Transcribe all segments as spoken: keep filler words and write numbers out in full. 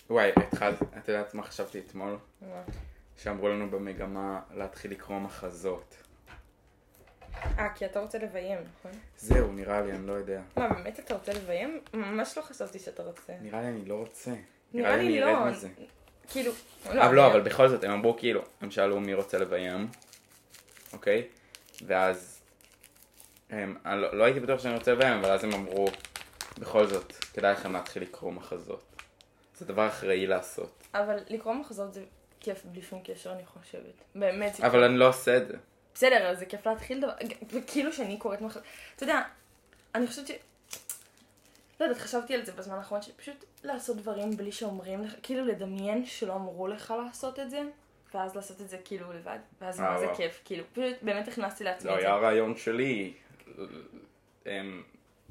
וואי, התחלת, את יודעת מה חשבתי אתמול? מה? שאמרו לנו במגמה להתחיל לקרוא מחזות. אה, כי אתה רוצה לביים, נכון? זהו, נראה לי, אני לא יודע. מה, באמת אתה רוצה לביים? ממש לא חשבתי שאתה רוצה. נראה לי אני לא רוצה. נראה לי אני לא. ארד מזה. כאילו... אבל לא, אבל בכל זאת, הם אמרו כאילו, הם שאלו מי רוצה לביים, אוקיי? ואז, הם, אני לא, לא הייתי בטוח שאני רוצה לביים, אבל אז הם אמרו, בכל זאת, כדאי לכם להתחיל לקרוא מחזות. זה דבר אחראי לעשות. אבל לקרוא מחזות זה כיף בלי שום קשר, אני חושבת. באמת זה אבל כיף. אני לא עושה את זה. בסדר, אז זה כיף להתחיל דבר... וכאילו שאני קוראת מחזות... אתה יודע, אני חושבת ש... לא יודעת, חשבתי על זה בזמן האחרון, שפשוט לעשות דברים בלי שאומרים לך, כאילו לדמיין שלא אמרו לך לעשות את זה, ואז לעשות את זה כאילו לבד, ואז מה זה כיף, כאילו, פשוט באמת הכנסתי לעצמי לא את זה. היה רעיון שלי. הם...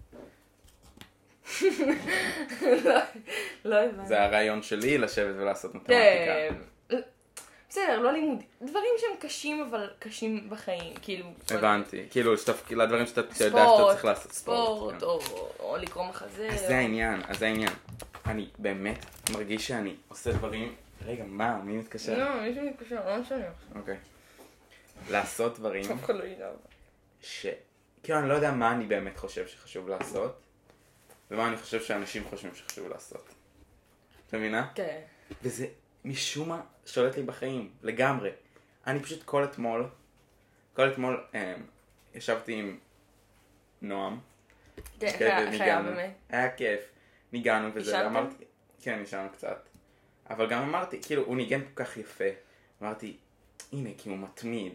לא הבנתי. זה הרעיון שלי לשבת ולעשות מתמטיקה. בסדר, לא לימודי, דברים שהם קשים אבל קשים בחיים, כאילו. הבנתי, כאילו לדברים שאתה יודע שאתה צריך לעשות ספורט, ספורט, או לקרוא מחזה. אז זה העניין, אז זה העניין. אני באמת מרגיש שאני עושה דברים... רגע, מה? מי מתקשר? לא, מישהו מתקשר, לא משנה עכשיו. אוקיי. לעשות דברים אף אחד לא ידע. ש... כאילו אני לא יודע מה אני באמת חושב שחשוב לעשות, ומה אני חושב שאנשים חושבים שחשוב לעשות. אתה מבינה? כן. וזה משום מה שולט לי בחיים, לגמרי. אני פשוט כל אתמול, כל אתמול אה, ישבתי עם נועם. כן, חיה באמת. היה כיף. ניגענו וזה, נשארתם? ואמרתי, כן, נשארנו קצת. אבל גם אמרתי, כאילו, הוא ניגן כל כך יפה. אמרתי, הנה, כי הוא מתמיד.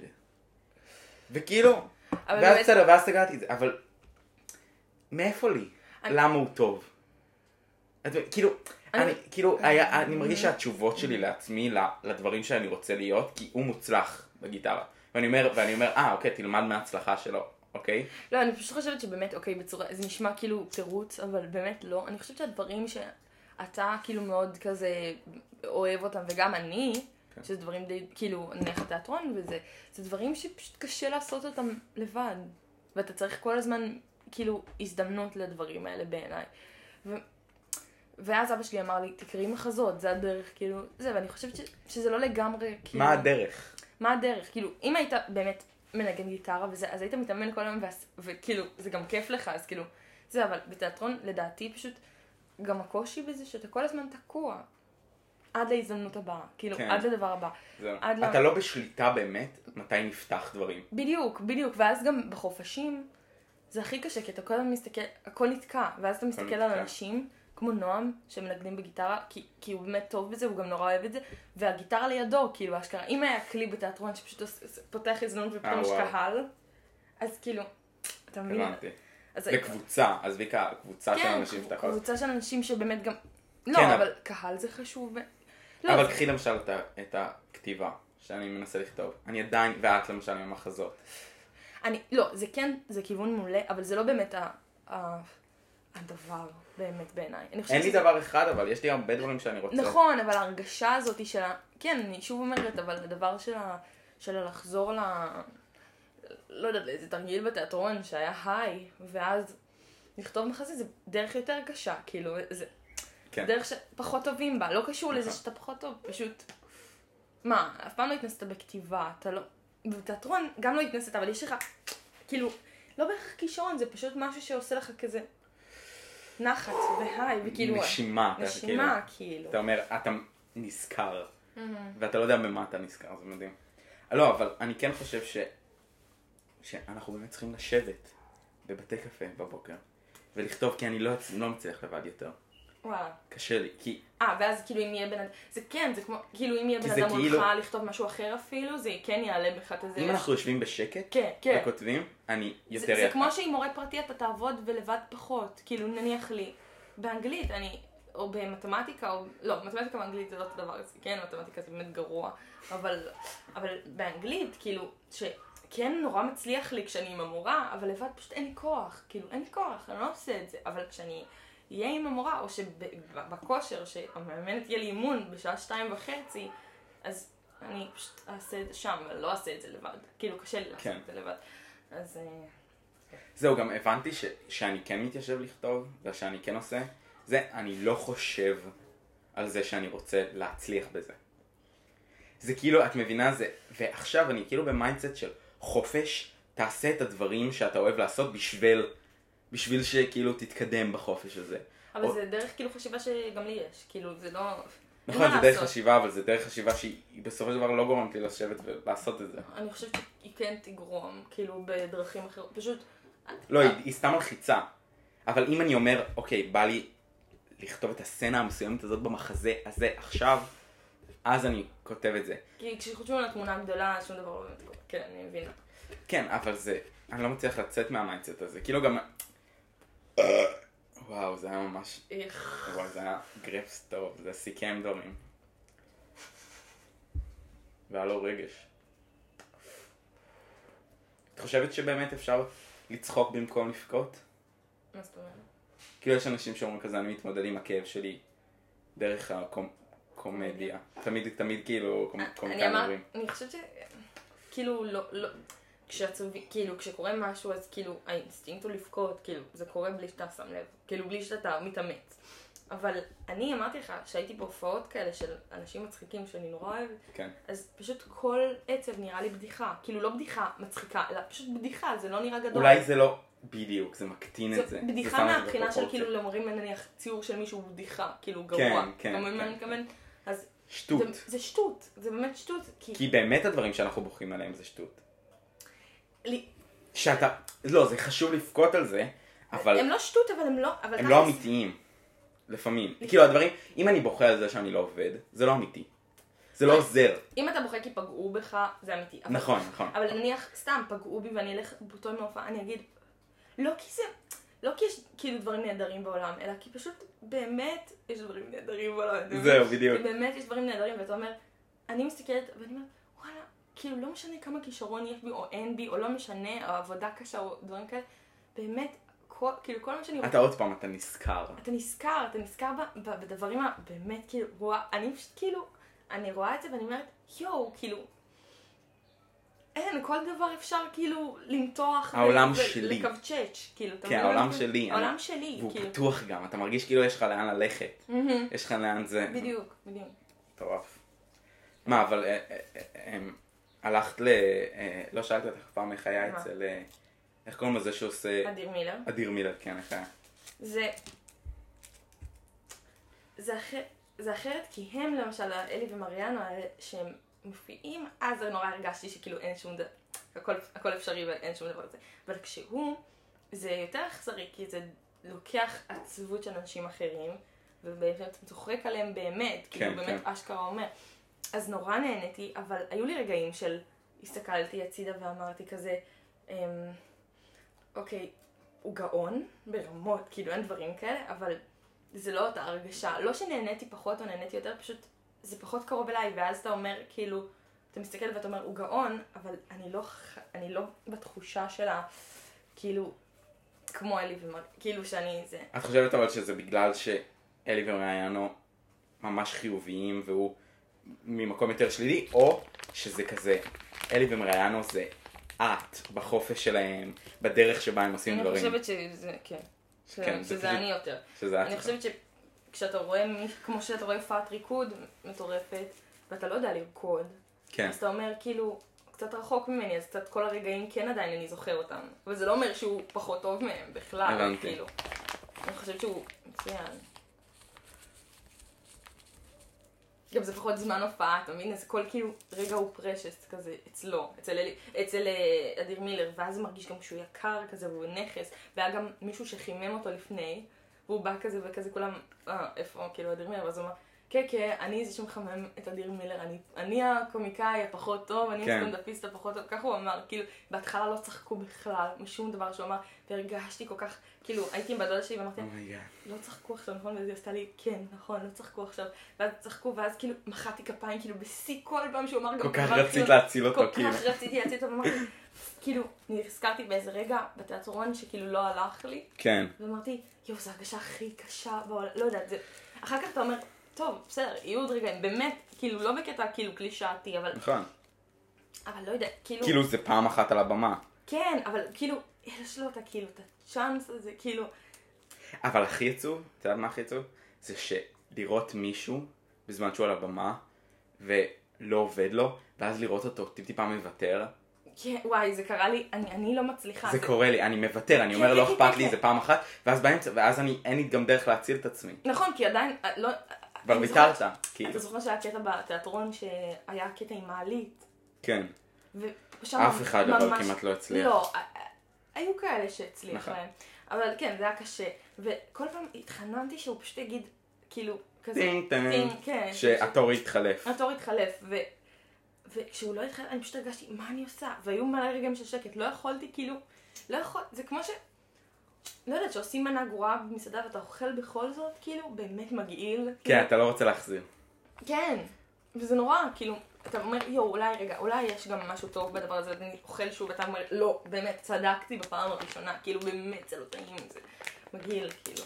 וכאילו, ואז באמת- בסדר, ואז סגרתי את זה, אבל מאיפה לי? אני- למה הוא טוב? את מבינה, כאילו, אני, כאילו, היה, אני מרגיש שהתשובות שלי לעצמי, ל- לדברים שאני רוצה להיות, כי הוא מוצלח בגיטרה. ואני אומר, ואני אומר, אה, אוקיי, תלמד מההצלחה שלו, אוקיי? לא, אני פשוט חושבת שבאמת, אוקיי, בצורה, זה נשמע כאילו תירוץ, אבל באמת לא. אני חושבת שהדברים שאתה כאילו מאוד כזה אוהב אותם, וגם אני, שזה דברים די, כאילו, נניח התיאטרון וזה, זה דברים שפשוט קשה לעשות אותם לבד. ואתה צריך כל הזמן, כאילו, הזדמנות לדברים האלה בעיניי. ו... ואז אבא שלי אמר לי, תקראי מחזות, זה הדרך, כאילו, זה, ואני חושבת ש... שזה לא לגמרי, כאילו... מה הדרך? מה הדרך? כאילו, אם היית באמת מנגן גיטרה וזה, אז היית מתאמן כל היום, ואז, וכאילו, זה גם כיף לך, אז כאילו, זה, אבל בתיאטרון, לדעתי, פשוט, גם הקושי בזה שאתה כל הזמן תקוע. עד להזדמנות הבאה, כאילו, כן. עד לדבר הבא. זהו. עד אתה ל... לא בשליטה באמת מתי נפתח דברים. בדיוק, בדיוק, ואז גם בחופשים, זה הכי קשה, כי אתה כל הזמן מסתכל, הכל נתקע, ואז אתה מסתכל על נתקע. אנשים, כמו נועם, שמנגנים בגיטרה, כי, כי הוא באמת טוב בזה, הוא גם נורא אוהב את זה, והגיטרה לידו, כאילו, אשכרה, אם היה כלי בתיאטרון שפשוט עוש- פותח הזדמנות ופתאום אה, יש וואו. קהל, אז כאילו, אתה מבין? הבנתי. אז וקבוצה, אז בעיקר, קבוצה של כן, אנשים שאתה יכול... קבוצה של אנשים שבאמת גם, כן, לא, אבל- אבל קהל זה חשוב, ו- לא, אבל זה- קחי למשל את ה- את הכתיבה שאני מנסה לכתוב. אני עדיין, ואת למשל עם המחזות. אני, לא, זה כן, זה כיוון מעולה, אבל זה לא באמת ה... ה- הדבר, באמת בעיניי. אני חושבת אין לי שזה- דבר אחד, אבל יש לי הרבה דברים שאני רוצה. נכון, אבל ההרגשה הזאת של ה... כן, אני שוב אומרת, אבל הדבר של ה... של לחזור ל... לא יודעת, איזה תרגיל בתיאטרון שהיה היי, ואז לכתוב מחזה זה דרך יותר קשה, כאילו, זה כן. דרך שפחות טובים בה, לא קשור לזה נכון. שאתה פחות טוב, פשוט... מה, אף פעם לא התנסת בכתיבה, אתה לא... בתיאטרון גם לא התנסת, אבל יש לך, כאילו, לא בהכרח כישרון, זה פשוט משהו שעושה לך כזה נחת והי, וכאילו... נשימה. אתה נשימה, כאילו. אתה אומר, אתה נזכר, ואתה לא יודע במה אתה נזכר, זה מדהים. לא, אבל אני כן חושב ש... שאנחנו באמת צריכים לשבת בבתי קפה בבוקר, ולכתוב, כי אני לא, לא מצליח לבד יותר. וואלה. קשה לי, כי... אה, ואז כאילו אם יהיה בן אדם, זה כן, זה כמו, כאילו אם יהיה כי בן זה אדם כאילו- מולך לכתוב משהו אחר אפילו, זה כן יעלה בך את הזה. אם אנחנו יושבים בשקט, כן, כן. וכותבים, אני יותר... זה, זה יח- כמו שעם מורה פרטי אתה תעבוד ולבד פחות, כאילו נניח לי, באנגלית, אני, או במתמטיקה, או, לא, מתמטיקה ואנגלית זה לא אותו דבר, זה כן, מתמטיקה זה באמת גרוע, אבל, אבל באנגלית, כאילו, שכן נורא מצליח לי כשאני עם המורה, אבל לבד פשוט אין לי כוח, כאילו, אין לי כוח, אני לא עושה את זה, אבל כשאני אהיה עם המורה, או שבכושר, שהמאמנת יהיה לי אימון בשעה שתיים וחצי, אז אני פשוט אעשה את זה שם, אבל לא אעשה את זה לבד, כאילו, קשה לי לעשות כן. את זה לבד, אז... אה, זהו, גם הבנתי ש... שאני כן מתיישב לכתוב, ושאני כן עושה, זה, אני לא חושב על זה שאני רוצה להצליח בזה. זה כאילו, את מבינה, זה, ועכשיו אני כאילו במיינדסט של חופש, תעשה את הדברים שאתה אוהב לעשות בשביל, בשביל שכאילו תתקדם בחופש הזה. אבל או... זה דרך כאילו חשיבה שגם לי יש, כאילו זה לא... נכון, זה דרך חשיבה, אבל זה דרך חשיבה שהיא בסופו של דבר לא גורמת לי לשבת ולעשות את זה. אני חושבת שהיא כן תגרום, כאילו בדרכים אחרות, פשוט... לא, היא, היא סתם מלחיצה. אבל אם אני אומר, אוקיי, בא לי לכתוב את הסצנה המסוימת הזאת במחזה הזה עכשיו, אז אני כותב את זה. כי כשחושבים על התמונה הגדולה, שום דבר לא באמת קורה. כן, אני מבינה. כן, אבל זה... אני לא מצליח לצאת מהמיינדסט הזה. כאילו גם... וואו, זה היה ממש... איך... וואו, זה היה גרפס טוב, זה סיכם דברים. והיה לו רגש. את חושבת שבאמת אפשר לצחוק במקום לבכות? מה זאת אומרת? כאילו יש אנשים שאומרים כזה, אני מתמודד עם הכאב שלי דרך הקומדיה. תמיד, תמיד כאילו קומיקאים אומרים. אני חושבת ש... כאילו, לא, לא... כשעצובי, כאילו, כשקורה משהו, אז כאילו, האינסטינקט הוא לבכות, כאילו, זה קורה בלי שאתה שם לב, כאילו, בלי שאתה מתאמץ. אבל אני אמרתי לך שהייתי בהופעות כאלה של אנשים מצחיקים שאני נורא אוהבת, כן. אז פשוט כל עצב נראה לי בדיחה, כאילו לא בדיחה מצחיקה, אלא פשוט בדיחה, זה לא נראה גדול. אולי זה לא בדיוק, זה מקטין את זה. בדיחה מהבחינה של כאילו למרים נניח ציור של מישהו בדיחה, כאילו גרוע. כן, כן. גם אם אני מתכוון, אז... שטות. זה, זה שטות, זה באמת שטות. כי, כי באמת הדברים שאנחנו בוכים עליהם זה שטות. לי... שאתה... לא, זה חשוב לבכות על זה, אבל... הם לא שטות, אבל הם לא... אבל הם לא אמיתיים. לפעמים. כאילו הדברים, אם אני בוכה על זה שאני לא עובד, זה לא אמיתי. זה לא עוזר. אם אתה בוכה כי פגעו בך, זה אמיתי. נכון, נכון. אבל נניח סתם פגעו בי ואני אלך באותו יום להופעה, אני אגיד, לא כי זה... לא כי יש כאילו דברים נהדרים בעולם, אלא כי פשוט באמת יש דברים נהדרים בעולם. זהו, בדיוק. כי באמת יש דברים נהדרים, ואתה אומר, אני מסתכלת ואני אומרת, וואלה, כאילו לא משנה כמה כישרון יש בי או אין בי, או לא משנה, או עבודה קשה או דברים כאלה, באמת, כל, כאילו כל מה שאני רואה... אתה עוד פעם, אתה נזכר. אתה נזכר, אתה נזכר ב, ב, בדברים הבאמת, כאילו, רואה, אני פשוט כאילו, אני רואה את זה ואני אומרת, יואו, כאילו, אין, כל דבר אפשר כאילו למתוח העולם שלי. ולקבצ'ץ', כאילו, אתה כן, העולם שלי. העולם שלי, והוא כאילו. פתוח גם, אתה מרגיש כאילו יש לך לאן ללכת. יש לך לאן זה... בדיוק, בדיוק. מטורף. מה, אבל הלכת ל... לא שאלתי אותך פעם איך היה אצל... איך קוראים לזה שעושה... אדיר מילר. אדיר מילר, כן, איך היה? זה... זה אחר... זה אחרת כי הם למשל, אלי ומריאנו, שהם מופיעים, אז נורא הרגשתי שכאילו אין שום דבר, הכל, הכל אפשרי ואין שום דבר לזה. אבל כשהוא, זה יותר אכזרי, כי זה לוקח עצבות של אנשים אחרים, ובאמת צוחק עליהם באמת, כן, כאילו באמת כן. אשכרה אומר. אז נורא נהניתי, אבל היו לי רגעים של הסתכלתי הצידה ואמרתי כזה, אמ, אוקיי, הוא גאון ברמות, כאילו אין דברים כאלה, אבל זה לא אותה הרגשה. לא שנהניתי פחות או נהניתי יותר, פשוט זה פחות קרוב אליי, ואז אתה אומר, כאילו, אתה מסתכל ואתה אומר, הוא גאון, אבל אני לא, אני לא בתחושה שלה, כאילו, כמו אלי ומר... כאילו שאני זה... את חושבת אבל שזה בגלל שאלי ומריאנו ממש חיוביים והוא ממקום יותר שלילי, או שזה כזה, אלי ומריאנו זה את, בחופש שלהם, בדרך שבה הם עושים אני דברים. חושבת שזה, כן. ש... כן, שזה פשוט... אני יותר. שזה אני את. חושבת שכשאתה רואה, מי... כמו שאתה רואה הופעת ריקוד מטורפת, ואתה לא יודע לרקוד, כן. אז אתה אומר, כאילו, קצת רחוק ממני, אז קצת כל הרגעים כן עדיין אני זוכר אותם. אבל זה לא אומר שהוא פחות טוב מהם בכלל, הבנתי. כאילו. אני חושבת שהוא מצוין. גם זה פחות זמן הופעה, אתה מבין? אז כל כאילו רגע הוא פרשס כזה אצלו, אצל, אלי, אצל uh, אדיר מילר, ואז זה מרגיש גם שהוא יקר כזה והוא נכס, והיה גם מישהו שחימם אותו לפני, והוא בא כזה וכזה כולם, אה, איפה, כאילו אדיר מילר, ואז הוא אמר, כן, כן, אני זה שמחמם את אדיר מילר, אני, אני הקומיקאי הפחות טוב, אני כן. הסטנדאפיסט הפחות טוב, ככה הוא אמר, כאילו, בהתחלה לא צחקו בכלל, משום דבר שהוא אמר, והרגשתי כל כך, כאילו, הייתי עם בדודה שלי ואמרתי, Oh לא צחקו עכשיו, נכון? ואז היא עשתה לי, כן, נכון, לא צחקו עכשיו. ואז צחקו, ואז כאילו מחאתי כפיים, כאילו בשיא כל פעם שהוא אמר... כל כך רצית להציל אותו, כאילו. כל כך רציתי להציל אותו, ואמרתי, כאילו, נזכרתי באיזה רגע בתיאטרון שכאילו לא הלך לי. כן. ואמרתי, יואו, זו הרגשה הכי קשה בעולם, לא יודעת, זה... אחר כך אתה אומר, טוב, בסדר, יהיו עוד רגעים, באמת, כאילו, לא בקטע כאילו קלישאתי, אבל... נכון. אבל לא יודע, כאילו... כאילו זה פעם אחת על הבמה. כן, אבל כאילו, יש לו אותה, כאילו, את הצ'אנס הזה, כאילו... אבל הכי עצוב, אתה יודע מה הכי עצוב? זה שלראות מישהו בזמן שהוא על הבמה, ולא עובד לו, ואז לראות אותו טיפ-טיפה מוותר. כן, וואי, זה קרה לי, אני, אני לא מצליחה. זה קורה לי, אני מוותר, אני אומר לא אכפת לי, זה פעם אחת, ואז באמצע, ואז אני, אין לי גם דרך להציל את עצמי. נכון, כי עדיין, לא... כבר ויתרת, כאילו. אתה זוכר שהיה קטע בתיאטרון שהיה קטע עם מעלית? כן. ושם אף אחד אבל כמעט לא הצליח. לא, היו כאלה שהצליח להם. אבל כן, זה היה קשה. וכל פעם התחננתי שהוא פשוט יגיד, כאילו, כזה... טינג טינג, כן. שהתור יתחלף. התור יתחלף, ו... וכשהוא לא התחלף, אני פשוט הרגשתי, מה אני עושה? והיו מלא רגעים של שקט, לא יכולתי, כאילו... לא יכול... זה כמו ש... לא יודעת, שעושים מנה גרועה במסעדה ואתה אוכל בכל זאת, כאילו, באמת מגעיל. כן, אתה לא רוצה להחזיר. כן, וזה נורא, כאילו, אתה אומר, יו, אולי רגע, אולי יש גם משהו טוב בדבר הזה, ואני אוכל שוב, ואתה אומר, לא, באמת, צדקתי בפעם הראשונה, כאילו, באמת, זה לא טעים, זה מגעיל, כאילו.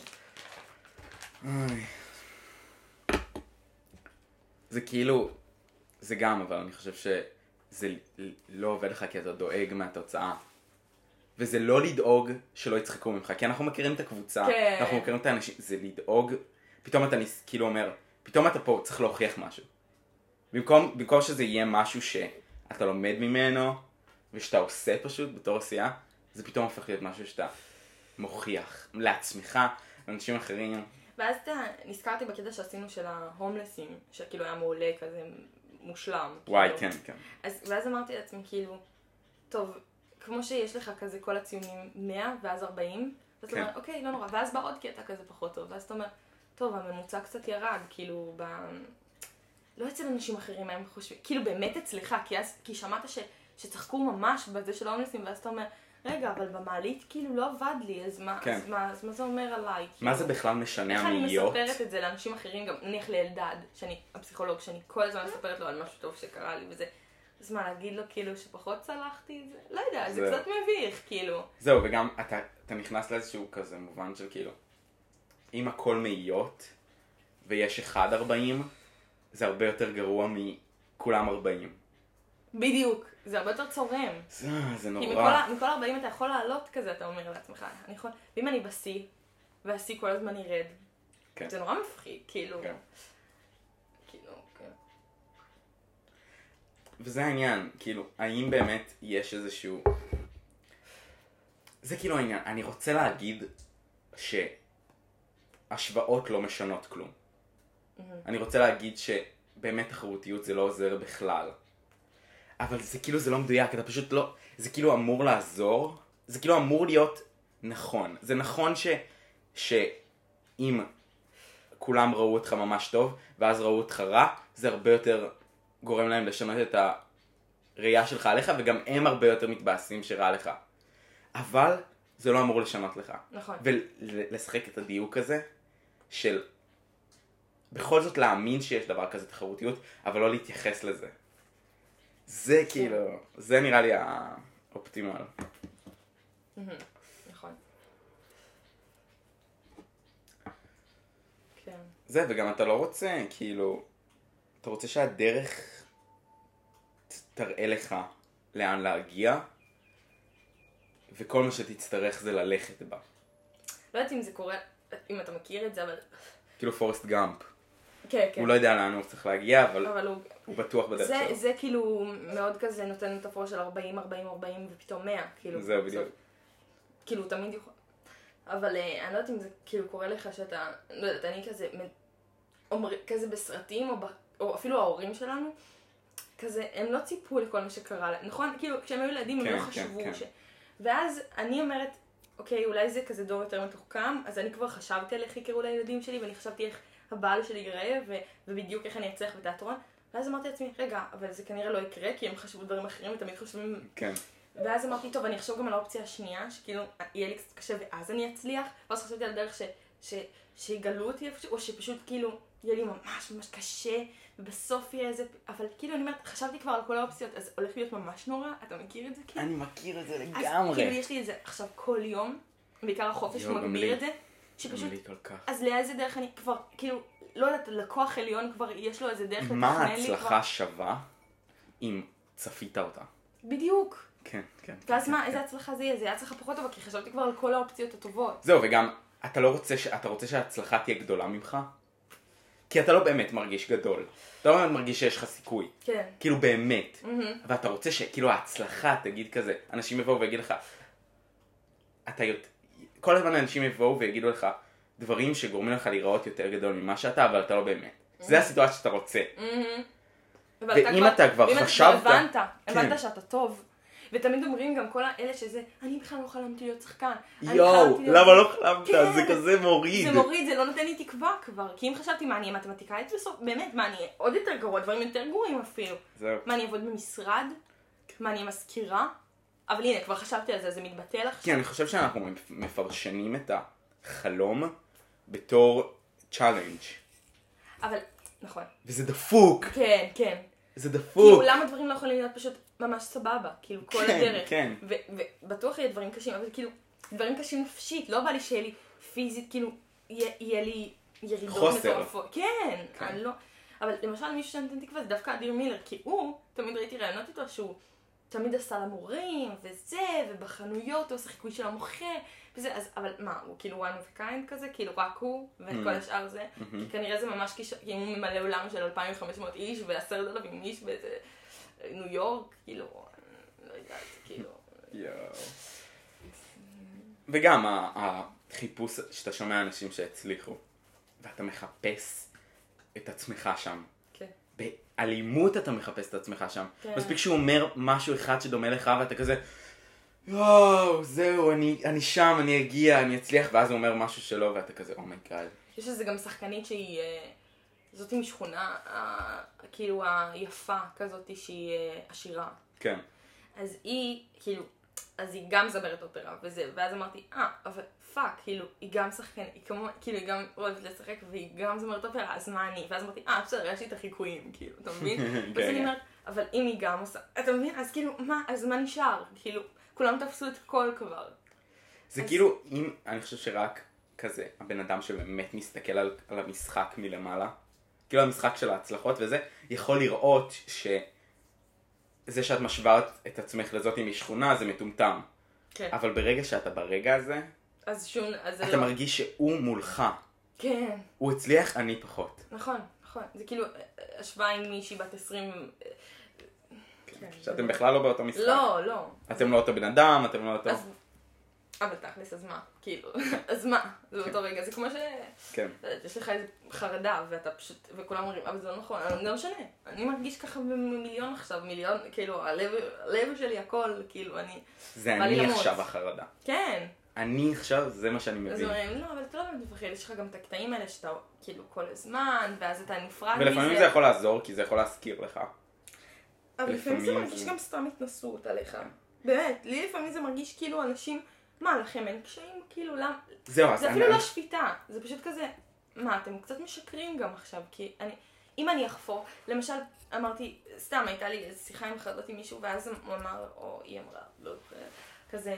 זה כאילו, זה גם, אבל אני חושב שזה לא עובד לך כי אתה דואג מהתוצאה. וזה לא לדאוג שלא יצחקו ממך, כי אנחנו מכירים את הקבוצה, כן. אנחנו מכירים את האנשים, זה לדאוג, פתאום אתה ניס, כאילו אומר, פתאום אתה פה צריך להוכיח משהו. במקום, במקום שזה יהיה משהו שאתה לומד ממנו, ושאתה עושה פשוט בתור עשייה, זה פתאום הופך להיות משהו שאתה מוכיח לעצמך, לאנשים אחרים. ואז אתה, נזכרתי בקטע שעשינו של ההומלסים, שכאילו היה מעולה כזה מושלם. וואי, כאילו. כן, כן. אז, ואז אמרתי לעצמי, כאילו, טוב, כמו שיש לך כזה כל הציונים מאה ואז ארבעים, אז אתה כן. אומר, אוקיי, לא נורא, ואז בא עוד קטע כזה פחות טוב, ואז אתה אומר, טוב, הממוצע קצת ירד, כאילו, ב... לא אצל אנשים אחרים הם חושבים, כאילו באמת אצלך, כי, אז, כי שמעת ש, שצחקו ממש בזה של ההומלסים, ואז אתה אומר, רגע, אבל במעלית כאילו לא עבד לי, אז מה, כן. אז מה, אז מה זה אומר עליי? מה כאילו, זה בכלל משנה איך אני המאיות? מספרת את זה לאנשים אחרים, גם נניח לאלדד, שאני הפסיכולוג, שאני כל הזמן מספרת לו על משהו טוב שקרה לי וזה, אז מה, להגיד לו כאילו שפחות צלחתי? זה, לא יודע, זה, זה קצת מביך, כאילו. זהו, וגם אתה, אתה נכנס לאיזשהו כזה מובן של כאילו, אם הכל מאיות, ויש אחד ארבעים, זה הרבה יותר גרוע מכולם ארבעים. בדיוק, זה הרבה יותר צורם. זה, זה כי נורא. מכל, מכל ארבעים אתה יכול לעלות כזה, אתה אומר לעצמך, אני יכול, ואם אני בשיא, והשיא כל הזמן ירד, כן. זה נורא מפחיד, כאילו. כן. כאילו, כן. וזה העניין, כאילו, האם באמת יש איזשהו... זה כאילו העניין, אני רוצה להגיד שהשוואות לא משנות כלום. Mm-hmm. אני רוצה להגיד שבאמת תחרותיות זה לא עוזר בכלל. אבל זה כאילו, זה לא מדויק, אתה פשוט לא... זה כאילו אמור לעזור, זה כאילו אמור להיות נכון. זה נכון ש... שאם כולם ראו אותך ממש טוב, ואז ראו אותך רע, זה הרבה יותר גורם להם לשנות את הראייה שלך עליך, וגם הם הרבה יותר מתבאסים שרע לך. אבל זה לא אמור לשנות לך. נכון. ולשחק את הדיוק הזה, של בכל זאת להאמין שיש דבר כזה תחרותיות, אבל לא להתייחס לזה. זה כאילו, זה נראה לי האופטימל. נכון. כן. זה, וגם אתה לא רוצה, כאילו, אתה רוצה שהדרך תראה לך לאן להגיע, וכל מה שתצטרך זה ללכת בה. לא יודעת אם זה קורה, אם אתה מכיר את זה, אבל... כאילו פורסט גאמפ. כן, כן. הוא לא יודע לאן הוא צריך להגיע, אבל, אבל הוא... הוא בטוח בדרך זה, שלו. זה כאילו מאוד כזה נותן את הפור של ארבעים, ארבעים, ארבעים ופתאום מאה, כאילו. זהו בדיוק. כאילו, תמיד יכול... אבל אה, אני לא יודעת אם זה כאילו קורה לך שאתה, לא יודעת, אני כזה, אומר, כזה בסרטים, או, ב, או אפילו ההורים שלנו, כזה, הם לא ציפו לכל מה שקרה להם, נכון? כאילו, כשהם היו ילדים הם כן, לא חשבו כן, ש... כן. ואז אני אומרת, אוקיי, אולי זה כזה דור יותר מתוחכם, אז אני כבר חשבתי על איך יקראו לילדים שלי, ואני חשבתי איך הבעל שלי ייראה, ו- ובדיוק איך אני אצליח בתיאטרון, ואז אמרתי לעצמי, רגע, אבל זה כנראה לא יקרה, כי הם חשבו דברים אחרים, ותמיד חושבים... כן. ואז אמרתי, טוב, אני אחשוב גם על האופציה השנייה, שכאילו, יהיה לי קצת קשה, ואז אני אצליח, ואז חשבתי על דרך ש- ש- שיגלו אותי איפשהו, או שפשוט כאילו, יהיה לי ממש ממש קשה, ובסוף יהיה איזה... אבל כאילו, אני אומרת, חשבתי כבר על כל האופציות, אז הולך להיות ממש נורא, אתה מכיר את זה כאילו? אני מכיר את זה אז לגמרי. כאילו, יש לי את זה עכשיו כל יום, בעיקר החופש יו, גם מגביר לי. את זה, שפשוט... גם לי כל כך. אז לאיזה דרך אני כבר, כאילו, לא יודעת, לקוח עליון כבר, יש לו איזה דרך לתכנן לי מה כבר. ההצלחה שווה אם צפית אותה? בדיוק. כן, כן. ואז כן, מה, כן. איזה הצלחה זה יהיה? זה יהיה הצלחה פחות טובה, כי חשבתי כבר על כל האופציות הטובות. זהו, וגם, אתה לא רוצה, ש... אתה רוצה שההצלחה תהיה גדולה ממך, כי אתה לא באמת מרגיש גדול. אתה לא באמת מרגיש שיש לך סיכוי. כן. כאילו באמת. Mm-hmm. ואתה רוצה שכאילו ההצלחה תגיד כזה, אנשים יבואו ויגיד לך, אתה יות... כל הזמן אנשים יבואו ויגידו לך דברים שגורמים לך להיראות יותר גדול ממה שאתה, אבל אתה לא באמת. Mm-hmm. זה הסיטואציה שאתה רוצה. Mm-hmm. ואם אתה כבר חשבת... ואם אתה כבר הבנת, הבנת שאתה טוב. ותמיד אומרים גם כל האלה שזה, אני בכלל לא חלמתי להיות שחקן. יואו, למה לא חלמת? זה כזה מוריד. זה מוריד, זה לא נותן לי תקווה כבר. כי אם חשבתי מה אני אהיה מתמטיקאית בסוף, באמת, מה אני אהיה עוד יותר גרוע, דברים יותר גרועים אפילו. מה אני אעבוד במשרד? מה אני אהיה מזכירה? אבל הנה, כבר חשבתי על זה, זה מתבטל עכשיו. כן, אני חושב שאנחנו מפרשנים את החלום בתור צ'אלנג'. אבל, נכון. וזה דפוק. כן, כן. זה דפוק. כאילו, למה דברים לא יכולים להיות פשוט ממש סבבה? כאילו, כל כן, הדרך. כן. ובטוח יהיה דברים קשים, אבל כאילו, דברים קשים נפשית. לא בא לי שיהיה לי פיזית, כאילו, יהיה לי ירידות מטורפות. כן, אני לא... אבל למשל, מישהו שנתן תקווה זה דווקא אדיר מילר, כי הוא, תמיד ראיתי רעיונות איתו שהוא תמיד עשה למורים, וזה, ובחנויות הוא עושה חיקוי של המוכר, וזה, אז, אבל מה, הוא כאילו one of a kind כזה, כאילו רק הוא, וכל השאר זה, כי כנראה זה ממש קישור, כי הוא ממלא עולם של אלפיים וחמש מאות איש, ועשרת אלפים איש באיזה ניו יורק, כאילו, לא יודעת, כאילו. וגם החיפוש שאתה שומע אנשים שהצליחו, ואתה מחפש את עצמך שם. באלימות אתה מחפש את עצמך שם. כן. מספיק שהוא אומר משהו אחד שדומה לך ואתה כזה, יואו, זהו, אני, אני שם, אני אגיע, אני אצליח, ואז הוא אומר משהו שלא ואתה כזה, אומייגאד. יש לזה גם שחקנית שהיא, זאת משכונה, כאילו היפה כזאת שהיא עשירה. כן. אז היא, כאילו, אז היא גם זמרת אופרה וזה, ואז אמרתי, אה, אבל פאק, כאילו, היא גם שחקנית, היא כמו, כאילו, היא גם אוהבת לשחק, והיא גם זמרת אופרה, אז מה אני? ואז אמרתי, אה, בסדר, יש לי את החיקויים, כאילו, אתה מבין? ואז אני אומרת, אבל אם היא גם עושה, אתה מבין? אז כאילו, מה, אז מה נשאר? כאילו, כולם תפסו את הכל כבר. זה כאילו, אם, אני חושב שרק כזה, הבן אדם שבאמת מסתכל על, על המשחק מלמעלה, כאילו המשחק של ההצלחות וזה, יכול לראות ש... זה שאת משווה את עצמך לזאת עם משכונה, זה מטומטם. כן. אבל ברגע שאתה ברגע הזה, אז שום, אז אתה לא... מרגיש שהוא מולך. כן. הוא הצליח, אני פחות. נכון, נכון. זה כאילו, השוואה עם מישהי בת עשרים... כן. שאתם בכלל לא באותו משחק. לא, לא. אתם לא אותו בן אדם, אתם לא אותו... אז... אבל תכלס, אז מה? כאילו, אז מה? זה באותו רגע, זה כמו ש... כן. יש לך איזו חרדה, ואתה פשוט, וכולם אומרים, אבל זה לא נכון, אני לא משנה. אני מרגיש ככה במיליון עכשיו, מיליון, כאילו, הלב, הלב שלי, הכל, כאילו, אני... זה אני עכשיו החרדה. כן. אני עכשיו, זה מה שאני מבין. אז אומרים, לא, אבל אתה לא באמת מפחד, יש לך גם את הקטעים האלה שאתה, כאילו, כל הזמן, ואז אתה נפרד מזה. ולפעמים זה יכול לעזור, כי זה יכול להזכיר לך. אבל לפעמים זה מרגיש גם סתם התנסות עליך. באמת, לי לפעמים זה מרגיש כאילו אנשים... מה, לכם אין קשיים? כאילו, למה? זהו, זה אפילו לא שפיטה, זה פשוט כזה, מה, אתם קצת משקרים גם עכשיו, כי אני, אם אני אחפור, למשל, אמרתי, סתם, הייתה לי שיחה עם חרדות עם מישהו, ואז הוא אמר, או היא אמרה, לא, כזה,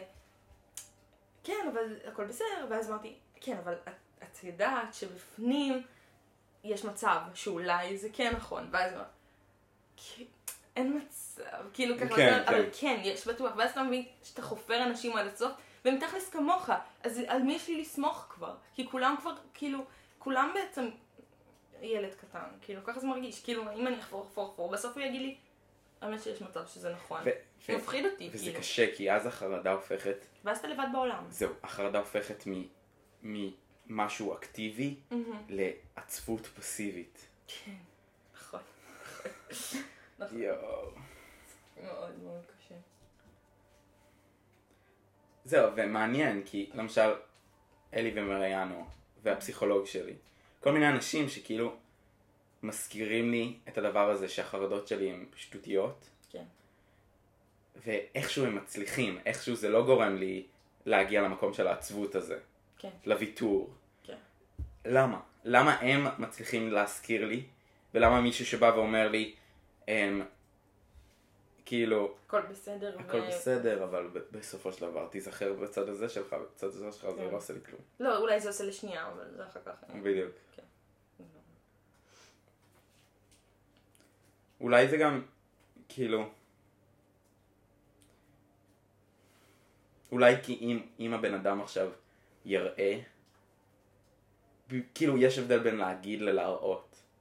כן, אבל הכל בסדר, ואז אמרתי, כן, אבל את, את יודעת שבפנים יש מצב שאולי זה כן נכון, ואז אמרתי, אין מצב, כאילו ככה, כן, אבל כן. כן, יש בטוח, ואז אתה מבין שאתה חופר אנשים עד הסוף, והם תכלס כמוך, אז על מי יש לי לסמוך כבר? כי כולם כבר, כאילו, כולם בעצם ילד קטן, כאילו, ככה זה מרגיש, כאילו, אם אני אחפור, אחפור, אחפור, בסוף הוא יגיד לי, האמת שיש מצב שזה נכון. ו- מפחיד אותי, וזה כאילו. קשה, כי אז החרדה הופכת... ואז אתה לבד בעולם. זהו, החרדה הופכת ממשהו אקטיבי לעצבות פסיבית. כן, נכון. נכון. יואו. מאוד מאוד קשה. זהו, ומעניין, כי למשל, אלי ומריאנו, והפסיכולוג שלי, כל מיני אנשים שכאילו מזכירים לי את הדבר הזה שהחרדות שלי הן שטותיות, כן. ואיכשהו הם מצליחים, איכשהו זה לא גורם לי להגיע למקום של העצבות הזה, כן. לוויתור. כן. למה? למה הם מצליחים להזכיר לי, ולמה מישהו שבא ואומר לי, הם, כאילו, הכל בסדר. הכל ו... בסדר, אבל בסופו של דבר תיזכר בצד הזה שלך, ובצד הזה שלך זה לא עושה לי כלום. לא, אולי זה עושה לשנייה, אבל זה אחר כך. בדיוק. כן. אולי זה גם, כאילו, אולי כי אם, אם הבן אדם עכשיו יראה, כאילו יש הבדל בין להגיד ללהראות.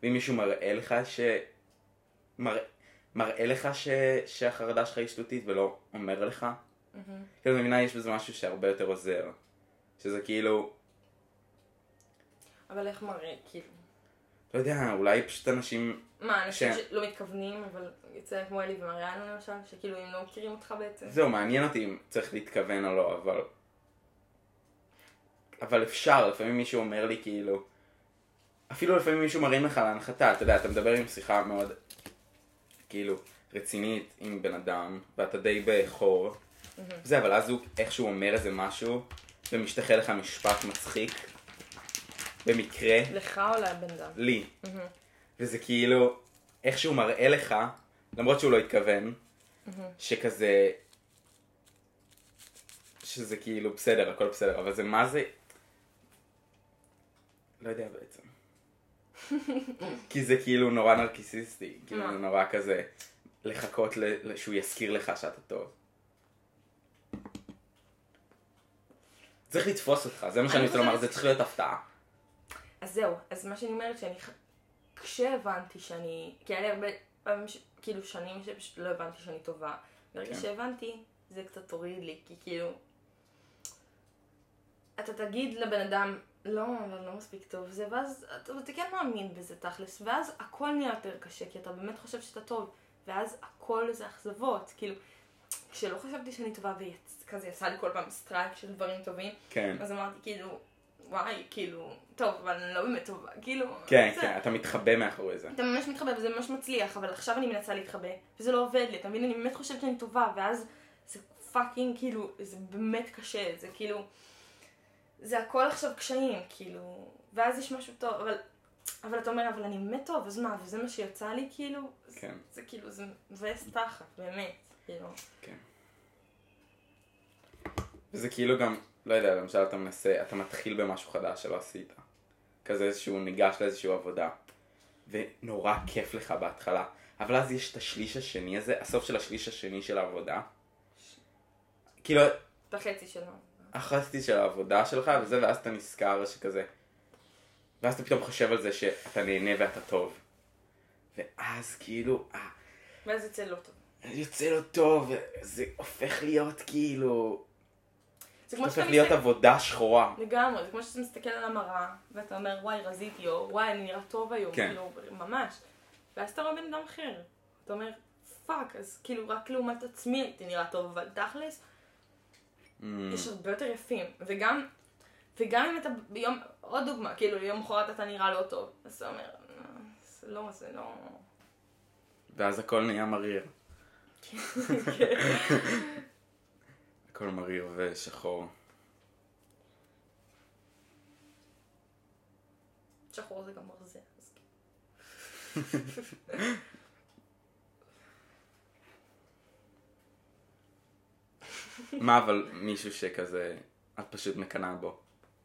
ואם מישהו מראה לך ש... מראה, מראה לך ש... שהחרדה שלך היא שטותית ולא אומר לך, כאילו מבינה יש בזה משהו שהרבה יותר עוזר. שזה כאילו... אבל איך מראה, כאילו? לא יודע, אולי פשוט אנשים... מה, אנשים שלא מתכוונים, אבל יוצא כמו אלי ומריאנו למשל, שכאילו הם לא מכירים אותך בעצם? זהו, מעניין אותי אם צריך להתכוון או לא, אבל... אבל אפשר, לפעמים מישהו אומר לי כאילו... אפילו לפעמים מישהו מרים לך להנחתה, אתה יודע, אתה מדבר עם שיחה מאוד, כאילו, רצינית עם בן אדם, ואתה די בחור, וזה, אבל אז הוא איכשהו אומר איזה משהו, ומשתחל לך משפט מצחיק, במקרה, לך או לבן אדם? לי. וזה כאילו, איכשהו מראה לך, למרות שהוא לא התכוון, שכזה, שזה כאילו בסדר, הכל בסדר, אבל זה מה זה, לא יודע בעצם. כי זה כאילו נורא נרקיסיסטי, כאילו זה נורא כזה לחכות שהוא יזכיר לך שאתה טוב. צריך לתפוס אותך, זה מה שאני רוצה לומר, זה צריך להיות הפתעה. אז זהו, אז מה שאני אומרת שאני, כשהבנתי שאני, כי היה לי הרבה פעמים, כאילו שנים שפשוט לא הבנתי שאני טובה, ברגע שהבנתי זה קצת הוריד לי, כי כאילו, אתה תגיד לבן אדם, לא, אבל לא מספיק טוב זה, ואז אתה, אתה כן מאמין בזה תכלס, ואז הכל נהיה יותר קשה, כי אתה באמת חושב שאתה טוב, ואז הכל זה אכזבות, כאילו, כשלא חשבתי שאני טובה, וכזה עשה לי כל פעם סטרייק של דברים טובים, כן. אז אמרתי כאילו, וואי, כאילו, טוב, אבל אני לא באמת טובה, כאילו, כן, זה, כן, אתה מתחבא מאחורי זה. אתה ממש מתחבא, וזה ממש מצליח, אבל עכשיו אני מנסה להתחבא, וזה לא עובד לי, אתה מבין, אני באמת חושבת שאני טובה, ואז זה פאקינג, כאילו, זה באמת קשה, זה כאילו, זה הכל עכשיו קשיים, כאילו, ואז יש משהו טוב, אבל, אבל אתה אומר, אבל אני באמת טוב, אז מה, וזה מה שיצא לי, כאילו, כן. זה, זה כאילו, זה מבאס תחת, באמת, כאילו. כן. וזה כאילו גם, לא יודע, למשל אתה מנסה, אתה מתחיל במשהו חדש שלא עשית. כזה איזשהו ניגש לאיזשהו עבודה, ונורא כיף לך בהתחלה, אבל אז יש את השליש השני הזה, הסוף של השליש השני של העבודה. כאילו... את החצי שלו. החצי של העבודה שלך וזה, ואז אתה נזכר שכזה, ואז אתה פתאום חושב על זה שאתה נהנה ואתה טוב, ואז כאילו, אה, ואז יוצא לא טוב. יוצא לא טוב, זה הופך להיות כאילו, זה הופך להיות מסתכל... עבודה שחורה. לגמרי, זה כמו שאתה מסתכל על המראה, ואתה אומר, וואי, רזיתי, או וואי, אני נראה טוב היום, כן. כאילו, ממש. ואז אתה רואה בן אדם אחר. אתה אומר, פאק, אז כאילו, רק לעומת עצמי הייתי נראה טוב, אבל תכלס, Mm. יש הרבה יותר יפים. וגם, וגם אם אתה ביום, עוד דוגמה, כאילו, יום מחרת אתה נראה לא טוב, אז אתה אומר, זה לא, זה לא... ואז הכל נהיה מריר. הכל מריר ושחור. שחור זה גם מרזה. מה אבל מישהו שכזה, את פשוט מקנאה בו?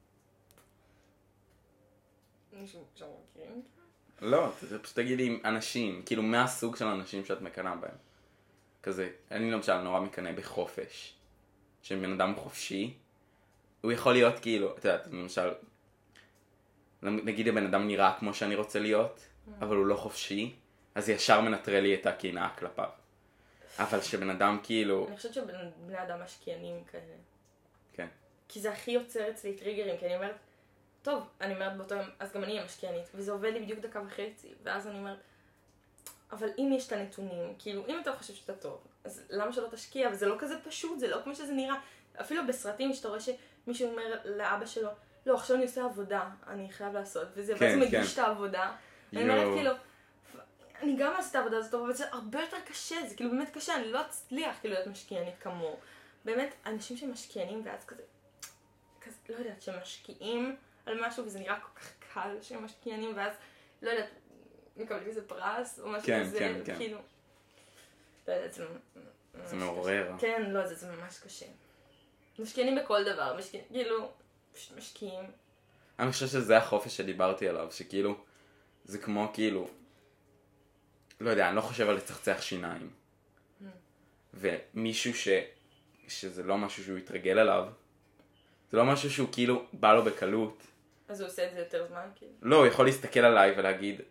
מישהו שאנחנו מכירים? לא, פשוט תגידי אנשים, כאילו מה הסוג של אנשים שאת מקנאה בהם? כזה, אני למשל נורא מקנא בחופש. שבן אדם חופשי, הוא יכול להיות כאילו, את יודעת, למשל, נגיד הבן אדם נראה כמו שאני רוצה להיות, אבל הוא לא חופשי, אז ישר מנטרל לי את הקנאה כלפיו. אבל שבן אדם כאילו... אני חושבת שבני אדם משקיענים כאלה. כן. כי זה הכי יוצר אצלי טריגרים, כי אני אומרת, טוב, אני אומרת באותו יום, אז גם אני אהיה משקיענית, וזה עובד לי בדיוק דקה וחצי, ואז אני אומרת, אבל אם יש את הנתונים, כאילו, אם אתה חושב שאתה טוב, אז למה שלא תשקיע? וזה לא כזה פשוט, זה לא כמו שזה נראה. אפילו בסרטים שאתה רואה שמישהו אומר לאבא שלו, לא, עכשיו אני עושה עבודה, אני חייב לעשות, וזה, ואז הוא מגיש את העבודה. אני אומרת, כאילו, אני גם אעשה את העבודה הזאת, אבל זה הרבה יותר קשה, זה כאילו באמת קשה, אני לא אצליח כאילו להיות משקיענית כמוהו. באמת, אנשים שמשקיענים ואז כזה, כזה, לא יודעת, שמשקיעים על משהו, וזה נראה כל כך קל שהם משקיענים, ואז, לא יודעת, מקבלים איזה פרס, או משהו כזה, כן, כן, כאילו, לא יודעת, זה זה מעורר. כן, לא, זה, זה ממש קשה. משקיענים בכל דבר, משקיע, כאילו, פשוט משקיעים. אני חושב שזה החופש שדיברתי עליו, שכאילו, זה כמו כאילו, לא יודע, אני לא חושב על לצחצח שיניים. ומישהו ש... שזה לא משהו שהוא יתרגל עליו, זה לא משהו שהוא כאילו בא לו בקלות. אז הוא עושה את זה יותר זמן, כאילו? לא, הוא יכול להסתכל עליי ולהגיד,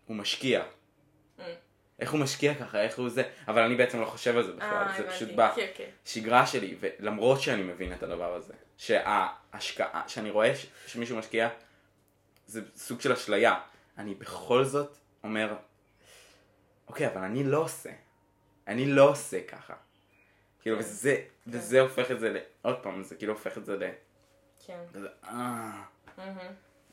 הוא משקיע. Mm. איך הוא משקיע ככה, איך הוא זה, אבל אני בעצם לא חושב על זה בכלל, אה, זה הבנתי. פשוט כן, כן. בשגרה שלי, ולמרות שאני מבין את הדבר הזה, שההשקעה, שאני רואה ש- שמישהו משקיע, זה סוג של אשליה, אני בכל זאת אומר, אוקיי, אבל אני לא עושה, אני לא עושה ככה, כאילו, כן. וזה, וזה הופך את זה, ל- עוד פעם, זה כאילו הופך את זה ל... כן. כזה, אה, מהמם.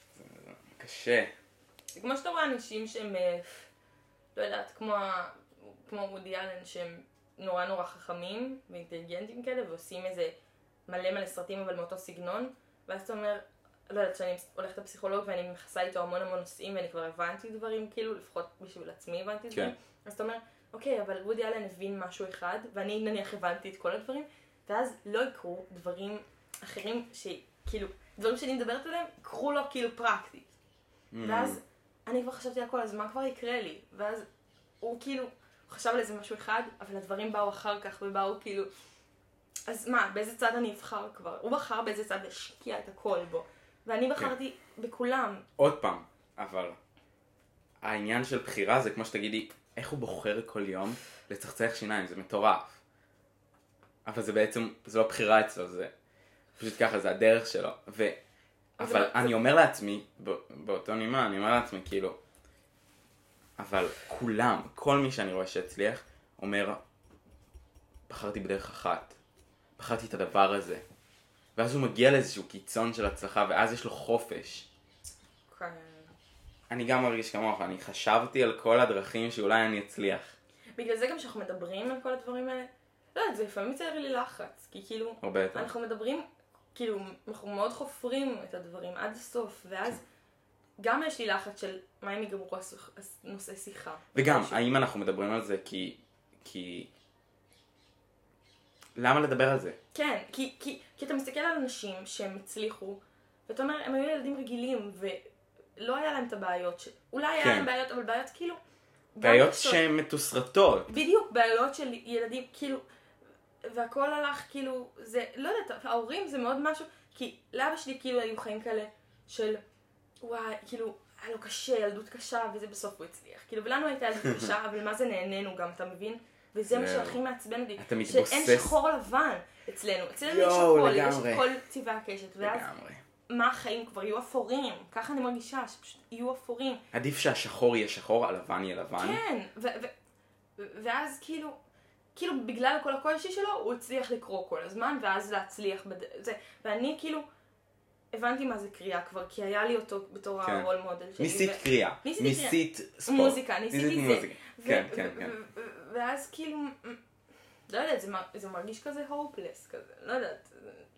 קשה. זה כמו שאתה רואה אנשים שהם, אה, לא יודעת, כמו, ה- כמו וודי אלן, שהם נורא נורא חכמים ואינטליגנטים כאלה, ועושים איזה מלא מלא סרטים אבל מאותו סגנון, ואז אתה אומר, לא יודעת, שאני הולכת לפסיכולוג ואני מכסה איתו המון המון נושאים ואני כבר הבנתי דברים, כאילו, לפחות בשביל עצמי הבנתי דברים, כן. אז אתה אומר, אוקיי, אבל וודי אלן הבין משהו אחד, ואני נניח הבנתי את כל הדברים, ואז לא יקרו דברים אחרים שכאילו, דברים שאני מדברת עליהם, קרו לו כאילו פרקטית. ואז אני כבר חשבתי על כל, אז מה כבר יקרה לי? ואז הוא כאילו, הוא חשב על איזה משהו אחד, אבל הדברים באו אחר כך ובאו כאילו, אז מה, באיזה צד אני אבחר כבר? הוא בחר באיזה צד להשקיע את הכל בו, ואני בחרתי בכולם. עוד פעם, אבל העניין של בחירה זה כמו שתגידי, איך הוא בוחר כל יום לצחצח שיניים, זה מטורף. אבל זה בעצם, זה לא בחירה אצלו, זה פשוט ככה, זה הדרך שלו. ו... אבל זה- אני אומר לעצמי, באותו נימה, אני אומר לעצמי כאילו, אבל כולם, כל מי שאני רואה שהצליח, אומר, בחרתי בדרך אחת, בחרתי את הדבר הזה. ואז הוא מגיע לאיזשהו קיצון של הצלחה, ואז יש לו חופש. כן. אני גם מרגיש כמוך, אני חשבתי על כל הדרכים שאולי אני אצליח. בגלל זה גם שאנחנו מדברים על כל הדברים האלה, לא יודעת, זה לפעמים יוצר לי לחץ, כי כאילו, הרבה יותר. אנחנו מדברים, כאילו, אנחנו מאוד חופרים את הדברים עד הסוף, ואז גם יש לי לחץ של מה אם יגמרו השיח- נושאי שיחה. וגם, משהו. האם אנחנו מדברים על זה כי... כי... למה לדבר על זה? כן, כי, כי, כי אתה מסתכל על אנשים שהם הצליחו, ואתה אומר, הם היו ילדים רגילים, ולא היה להם את הבעיות, ש... אולי היה כן. להם בעיות, אבל בעיות כאילו... גם בעיות קשות. שהן מתוסרטות. בדיוק, בעיות של ילדים, כאילו, והכל הלך, כאילו, זה, לא יודעת, ההורים זה מאוד משהו, כי לאבא שלי כאילו היו חיים כאלה של, וואי, כאילו, היה לו קשה, ילדות קשה, וזה בסוף הוא הצליח. כאילו, ולנו הייתה ילדות קשה, אבל מה זה נהנינו גם, אתה מבין? וזה מה זהו. שהכי מעצבן אותי. אתה מתבוסס. שאין שחור לבן אצלנו. אצלנו יש יואו, הכל, יש לגמרי. את כל צבעי הקשת, ואז לגמרי. מה החיים כבר יהיו אפורים. ככה אני מרגישה, שפשוט יהיו אפורים. עדיף שהשחור יהיה שחור, הלבן יהיה לבן. כן, ו- ו- ואז כאילו, כאילו בגלל כל הקושי שלו, הוא הצליח לקרוא כל הזמן, ואז להצליח בד... זה. ואני כאילו, הבנתי מה זה קריאה כבר, כי היה לי אותו בתור כן. הרול מודל שלי. ניסית ו- קריאה. ניסיתי קריאה. ניסית ספורט. מוזיקה, ניסיתי זה. מוזיקה. ו- כן, ו- כן, ו- כן. ו- ו- ואז כאילו, לא יודעת, זה, מר- זה מרגיש כזה הופלס כזה, לא יודעת.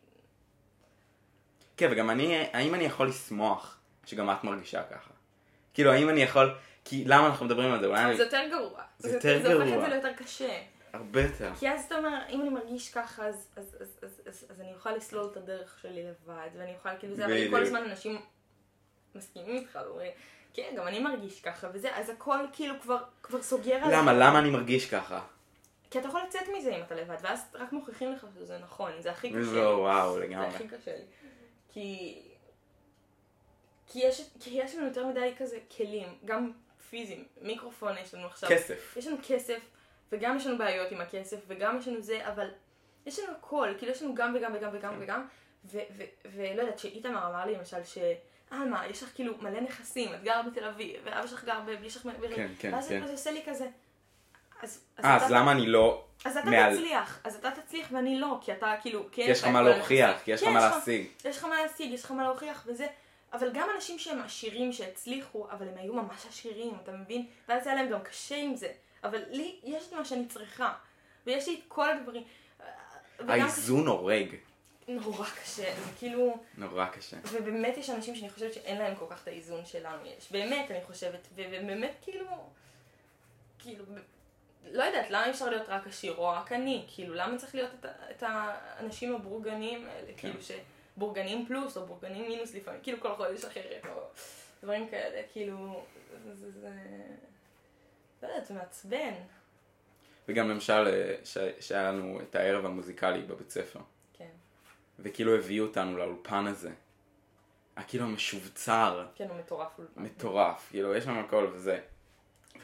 כן, וגם אני, האם אני יכול לשמוח שגם את מרגישה ככה? כאילו, האם אני יכול, כי למה אנחנו מדברים על זה? אולי אני... זה יותר גרוע. זה יותר זה הופך גרוע. את זה ליותר קשה. הרבה יותר. כי אז אתה אומר, אם אני מרגיש ככה, אז, אז, אז, אז, אז, אז אני אוכל לסלול את הדרך שלי לבד, ואני אוכל כאילו זה, אבל בדיוק. כל הזמן אנשים מסכימים איתך, ואומרים, כן, גם אני מרגיש ככה, וזה, אז הכל כאילו כבר, כבר סוגר עליי. למה? למה אני מרגיש ככה? כי אתה יכול לצאת מזה אם אתה לבד, ואז רק מוכיחים לך שזה נכון, זה הכי קשה לי. זהו, וואו, זה לגמרי. הכי קשה לי. כי... כי יש, כי יש לנו יותר מדי כזה כלים, גם פיזיים, מיקרופון יש לנו עכשיו. כסף. יש לנו כסף, וגם יש לנו בעיות עם הכסף, וגם יש לנו זה, אבל יש לנו הכל, כאילו יש לנו גם וגם וגם וגם וגם, ו- ו- ולא יודעת, שאיתמר אמר לי למשל ש... אה, מה, יש לך כאילו מלא נכסים, את גרה בתל אביב, ואבא שלך גר ב... יש לך... כן, כן, ואז כן. אז עושה לי כזה... אז, אה, אז אתה- למה אני לא אז אתה מעל... תצליח, אז אתה תצליח ואני לא, כי אתה כאילו... כן, כי יש לך את מה כל להוכיח, הנכסים. כי יש לך כן, מה להשיג. יש לך מה להשיג, יש לך מה להוכיח וזה, אבל גם אנשים שהם עשירים שהצליחו, אבל הם היו ממש עשירים, אתה מבין? ואז היה להם גם קשה עם זה, אבל לי יש את מה שאני צריכה, ויש לי את כל הדברים. וגם האיזון הורג. נורא קשה, זה כאילו, נורא קשה. ובאמת יש אנשים שאני חושבת שאין להם כל כך את האיזון שלנו יש, באמת אני חושבת, ובאמת כאילו, כאילו, לא יודעת, למה אי אפשר להיות רק עשיר או רק אני, כאילו, למה צריך להיות את, ה- את האנשים הבורגנים האלה, כאילו שבורגנים פלוס או בורגנים מינוס לפעמים, כאילו כל חודש אחרת, או דברים כאלה, כאילו, זה, זה, זה, לא יודעת, זה מעצבן. וגם למשל, אה, ש- שהיה לנו את הערב המוזיקלי בבית ספר. כן, וכאילו הביאו אותנו לאולפן הזה. היה כאילו משובצר, כן, הוא מטורף אולפן. מטורף, כאילו יש לנו הכל וזה.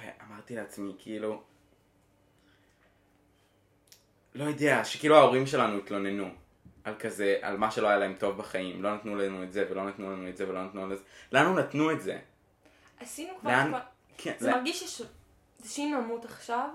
ואמרתי לעצמי, כאילו, לא יודע, שכאילו ההורים שלנו התלוננו על כזה, על מה שלא היה להם טוב בחיים, לא נתנו לנו את זה, ולא נתנו לנו את זה, ולא נתנו לנו את זה. לנו נתנו את זה. עשינו כבר... לאן... כבר... כן, זה לא... מרגיש שש... זה שהיא נמות עכשיו.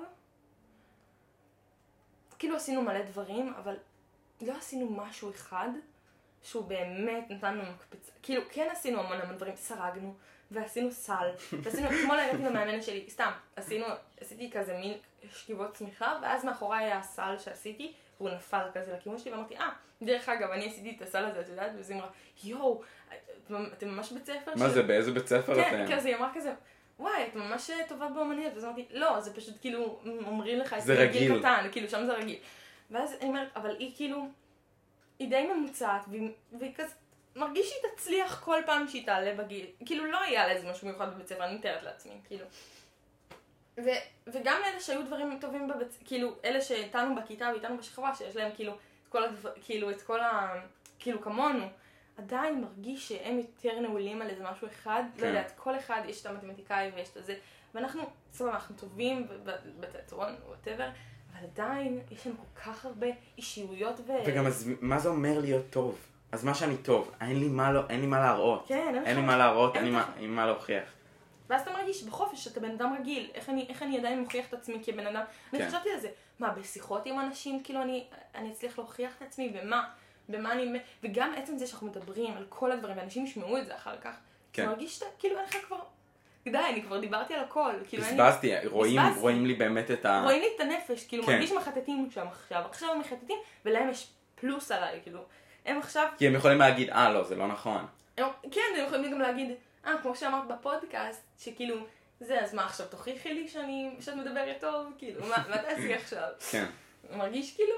כאילו עשינו מלא דברים, אבל לא עשינו משהו אחד שהוא באמת נתן לנו מקפצה. כאילו, כן עשינו המון המון דברים, סרגנו, ועשינו סל, ועשינו, אתמול הראיתי למאמנת שלי, סתם, עשינו, עשיתי כזה מין שכיבות צמיחה, ואז מאחוריי היה הסל שעשיתי, והוא נפל כזה לכיוון שלי, ואמרתי, אה, דרך אגב, אני עשיתי את הסל הזה, את יודעת, וזה אמרה, יואו, אתם ממש בית ספר? מה זה, באיזה בית ספר אתם? כן, כזה, היא אמרה כזה, וואי, את ממש טובה באמניות, ואז אמרתי, לא, זה פשוט כאילו, אומרים לך, זה רגיל. קטן, כאילו, שם זה רגיל. ואז אני אומרת, אבל היא כאילו, היא די ממוצעת, והיא, והיא כזה, מרגיש שהיא תצליח כל פעם שהיא תעלה בגיל. כאילו, לא היה לה איזה משהו מיוחד בבית ספר, אני מתארת לעצמי, כאילו. ו, וגם אלה שהיו דברים טובים בבית ספר, כאילו, אלה שאיתנו בכיתה ואיתנו בשכבה, שיש להם כאילו, את כל הדבר, כאילו, את כל ה... כאילו, כמונו, עדיין מרגיש שהם יותר נעולים על איזה משהו אחד. כן. לא יודעת, כל אחד יש את המתמטיקאי ויש את זה, ואנחנו, סבבה, אנחנו טובים בתיאטרון, whatever, אבל עדיין יש לנו כל כך הרבה אישיויות ו... וגם אז מה זה אומר להיות טוב? אז מה שאני טוב, אין לי מה, לא, אין לי מה להראות. כן, אין, אין לי מה להראות, אין לי מה, אין מה להוכיח. ואז אתה מרגיש בחופש שאתה בן אדם רגיל. איך אני, איך אני עדיין מוכיח את עצמי כבן אדם? כן. אני חשבתי על זה. מה, בשיחות עם אנשים, כאילו אני, אני אצליח להוכיח את עצמי, במה? במה אני... וגם עצם זה שאנחנו מדברים על כל הדברים, ואנשים ישמעו את זה אחר כך. כן. אתה מרגיש שאתה, כאילו אין לך כבר... די, אני כבר דיברתי על הכל. הסבסתי, אני... רואים, רואים לי באמת את ה... רואים לי את הנפש, כאילו כן. מרגיש מחטטים שם עכשיו. עכשיו הם מחטטים, ולהם יש פלוס עליי, כאילו. הם עכשיו... כי הם יכולים להגיד, אה, לא, זה לא נכון. הם... כן, הם יכולים גם להגיד, אה, כמו שאמרת בפודקאסט, שכאילו, זה, אז מה עכשיו, תוכיחי לי שאני, שאת מדברת טוב? כאילו, מה, מה תעשי עכשיו? כן. מרגיש כאילו...